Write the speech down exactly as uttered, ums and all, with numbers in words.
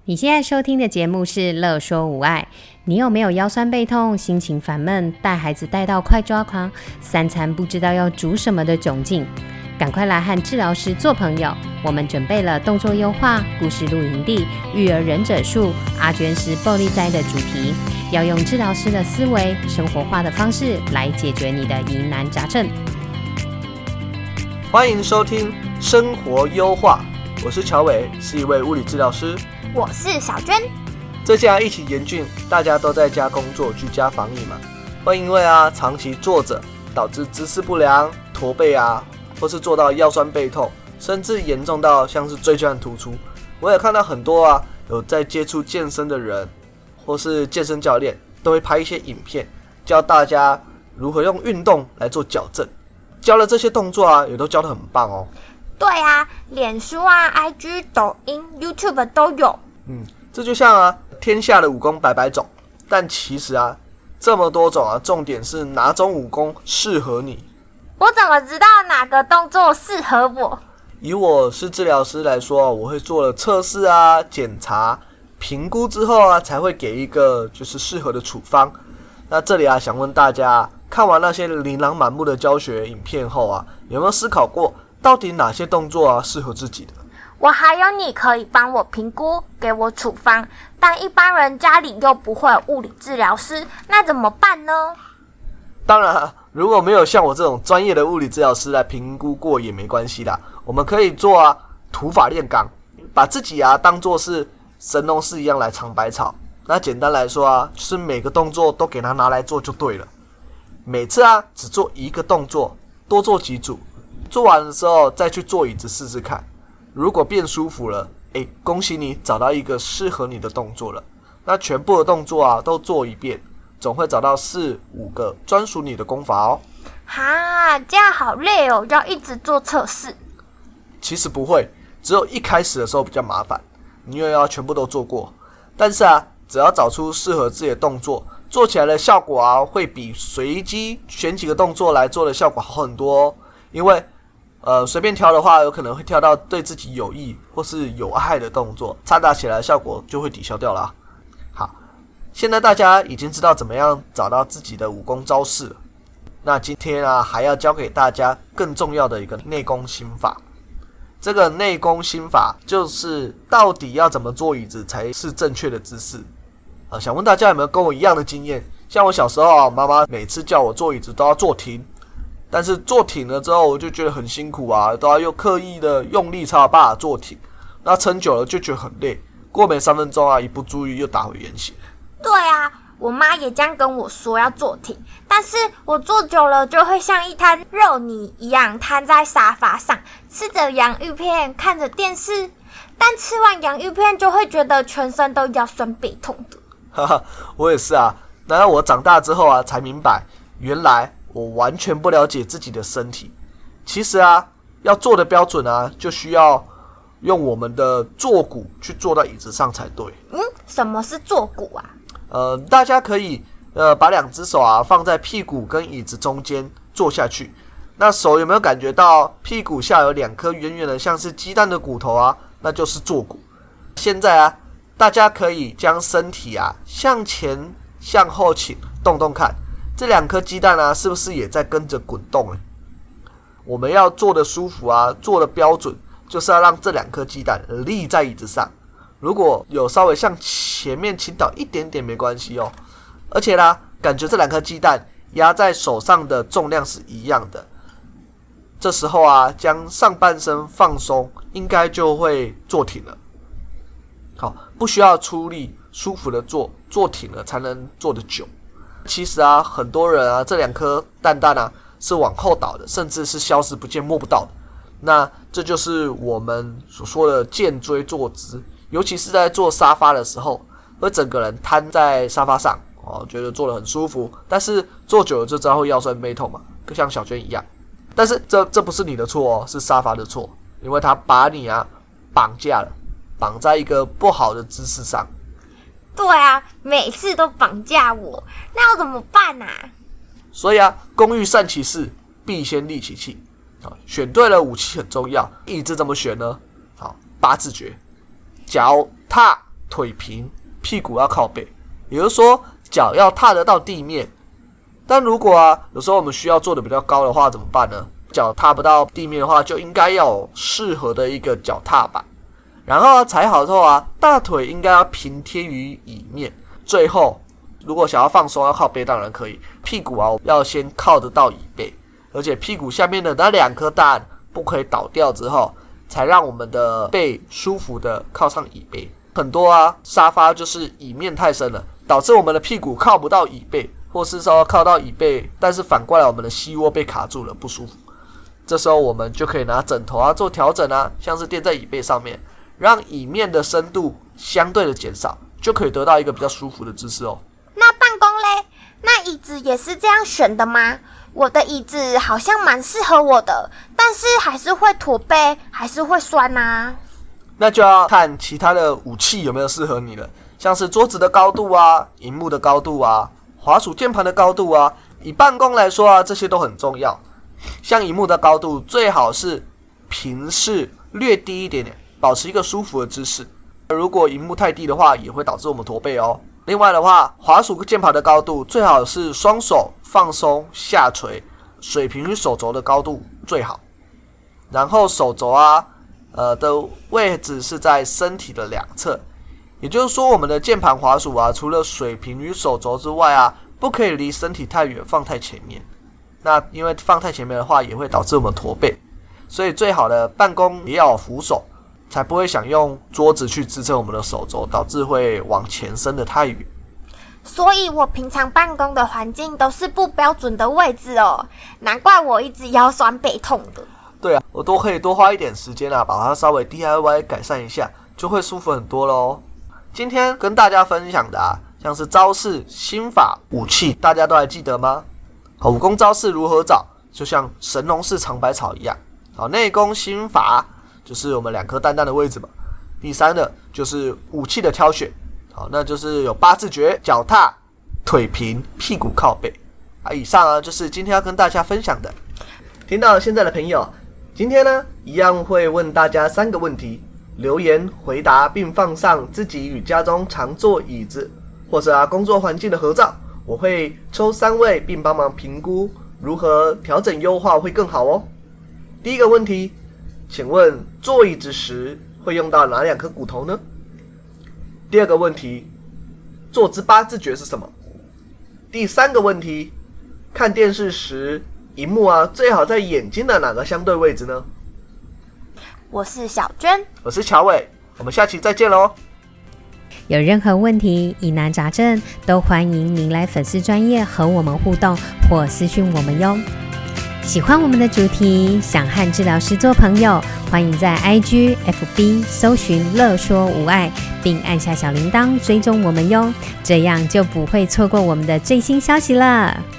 你现在收听的节目是乐说无碍。你有没有腰酸背痛、心情烦闷、带孩子带到快抓狂、三餐不知道要煮什么的窘境？赶快来和治疗师做朋友，我们准备了动作优化、故事露营地、育儿忍者术、阿娟师暴力灾的主题，要用治疗师的思维、生活化的方式来解决你的疑难杂症。 欢迎收听生活优化，我是乔伟，是一位物理治疗师。 我是小娟。 最近啊，疫情严峻，大家都在家工作，居家防疫嘛，会因为啊长期坐着，导致姿势不良、驼背啊，或是做到腰酸背痛，甚至严重到像是椎间突出。我也看到很多啊有在接触健身的人，或是健身教练，都会拍一些影片，教大家如何用运动来做矫正。教了这些动作啊，也都教得很棒哦。 对啊，脸书啊、I G、抖音、YouTube 都有。 嗯，这就像啊，天下的武功百百种，但其实啊，这么多种啊，重点是哪种武功适合你。 我怎么知道哪个动作适合我？ 以我是治疗师来说，我会做了测试啊、检查、评估之后啊，才会给一个就是适合的处方。那这里啊，想问大家，看完那些琳琅满目的教学影片后啊，有没有思考过，到底哪些动作啊适合自己的？ 我还有你可以帮我评估，给我处方，但一般人家里又不会有物理治疗师，那怎么办呢？ 当然啊，如果没有像我这种专业的物理治疗师来评估过也没关系啦，我们可以做啊土法炼钢，把自己啊当作是神农氏一样来尝百草。那简单来说啊，就是每个动作都给它拿来做就对了。每次啊只做一个动作，多做几组，做完的时候再去做椅子试试看。如果变舒服了，诶，恭喜你找到一个适合你的动作了。那全部的动作啊都做一遍，总会找到四五个专属你的功法哦。 哈，这样好累哦，要一直做测试。 其实不会，只有一开始的时候比较麻烦，你又要全部都做过。但是啊，只要找出适合自己的动作，做起来的效果啊，会比随机选几个动作来做的效果好很多哦。因为呃，随便挑的话，有可能会挑到对自己有益或是有害的动作，掺杂起来的效果就会抵消掉了。好，现在大家已经知道怎么样找到自己的武功招式了。那今天啊，还要教给大家更重要的一个内功心法。这个内功心法就是到底要怎么坐椅子才是正确的姿势。啊，想问大家有没有跟我一样的经验？像我小时候啊，妈妈每次叫我坐椅子都要坐停。但是坐挺了之后，我就觉得很辛苦啊，都要用刻意的用力才有办法坐挺。那撑久了就觉得很累，过没三分钟啊，一不注意又打回原形。 对啊，我妈也这样跟我说要坐挺，但是我坐久了就会像一滩肉泥一样瘫在沙发上，吃着洋芋片，看着电视。但吃完洋芋片就会觉得全身都腰酸背痛的。 哈哈，我也是啊。然后我长大之后啊，才明白，原来我完全不了解自己的身体。其实啊，要做的标准啊，就需要用我们的坐骨去坐到椅子上才对。 嗯，什么是坐骨啊？ 呃，大家可以呃把两只手啊放在屁股跟椅子中间坐下去。那手有没有感觉到屁股下有两颗圆圆的像是鸡蛋的骨头啊？那就是坐骨。现在啊，大家可以将身体啊向前向后倾，动动看。这两颗鸡蛋啊，是不是也在跟着滚动呢？我们要做的舒服啊，做的标准，就是要让这两颗鸡蛋立在椅子上。如果有稍微向前面倾倒一点点没关系哦。而且啦，感觉这两颗鸡蛋压在手上的重量是一样的。这时候啊，将上半身放松，应该就会坐挺了。好，不需要出力，舒服的坐，坐挺了才能坐得久。其实啊，很多人啊，这两颗蛋蛋啊是往后倒的，甚至是消失不见、摸不到的。那这就是我们所说的肩椎坐姿，尤其是在坐沙发的时候，会整个人瘫在沙发上，哦，觉得坐得很舒服。但是坐久了就知道会腰酸背痛嘛，就像小娟一样。但是这这不是你的错哦，是沙发的错，因为它把你啊绑架了，绑在一个不好的姿势上。 对啊，每次都绑架我，那要怎么办啊？ 所以啊，工欲善其事，必先利其器。选对了武器很重要。椅子怎么选呢？好，八字诀：脚踏腿平，屁股要靠背，也就是说脚要踏得到地面。但如果啊，有时候我们需要做的比较高的话，怎么办呢？脚踏不到地面的话，就应该要有适合的一个脚踏板。然后、啊、踩好之后啊，大腿应该要平贴于椅面。最后，如果想要放松要靠背当然可以，屁股啊要先靠得到椅背，而且屁股下面的那两颗蛋不可以倒掉之后，才让我们的背舒服的靠上椅背。很多啊沙发就是椅面太深了，导致我们的屁股靠不到椅背，或是说靠到椅背，但是反过来我们的膝窝被卡住了，不舒服。这时候我们就可以拿枕头啊做调整啊，像是垫在椅背上面，让椅面的深度相对的减少，就可以得到一个比较舒服的姿势哦。 那办公嘞？那椅子也是这样选的吗？我的椅子好像蛮适合我的，但是还是会驼背，还是会酸啊。 那就要看其他的武器有没有适合你了，像是桌子的高度啊、萤幕的高度啊、滑鼠键盘的高度啊。以办公来说啊，这些都很重要。像萤幕的高度最好是平视略低一点点，保持一个舒服的姿势。如果萤幕太低的话，也会导致我们驼背哦。另外的话，滑鼠键盘的高度最好是双手放松下垂，水平于手肘的高度最好。然后手肘啊，呃的位置是在身体的两侧，也就是说，我们的键盘滑鼠啊，除了水平于手肘之外啊，不可以离身体太远，放太前面。那因为放太前面的话，也会导致我们驼背，所以最好的办公也要有扶手，才不会想用桌子去支撑我们的手肘，导致会往前伸得太远。 所以我平常办公的环境都是不标准的位置哦，难怪我一直腰酸背痛的。 对啊，我都可以多花一点时间啊，把它稍微 D I Y 改善一下，就会舒服很多咯。今天跟大家分享的啊，像是招式、心法、武器，大家都还记得吗？好，武功招式如何找？就像神农氏尝百草一样。好，内功心法就是我们两颗蛋蛋的位置嘛。第三的就是武器的挑选。好，那就是有八字诀、脚踏、腿平、屁股靠背。啊，以上啊就是今天要跟大家分享的。听到现在的朋友，今天呢一样会问大家三个问题，留言回答并放上自己与家中常坐椅子或者啊工作环境的合照，我会抽三位并帮忙评估如何调整优化会更好哦。第一个问题，请问坐椅子时会用到哪两颗骨头呢？第二个问题，坐姿八字诀是什么？第三个问题，看电视时萤幕啊最好在眼睛的哪个相对位置呢？ 我是小娟， 我是乔伟，我们下期再见咯。 有任何问题、疑难杂症，都欢迎您来粉丝专页和我们互动或私讯我们哟。喜欢我们的主题，想和治疗师做朋友，欢迎在 I G、F B 搜寻乐说无碍，并按下小铃铛追踪我们哟，这样就不会错过我们的最新消息了。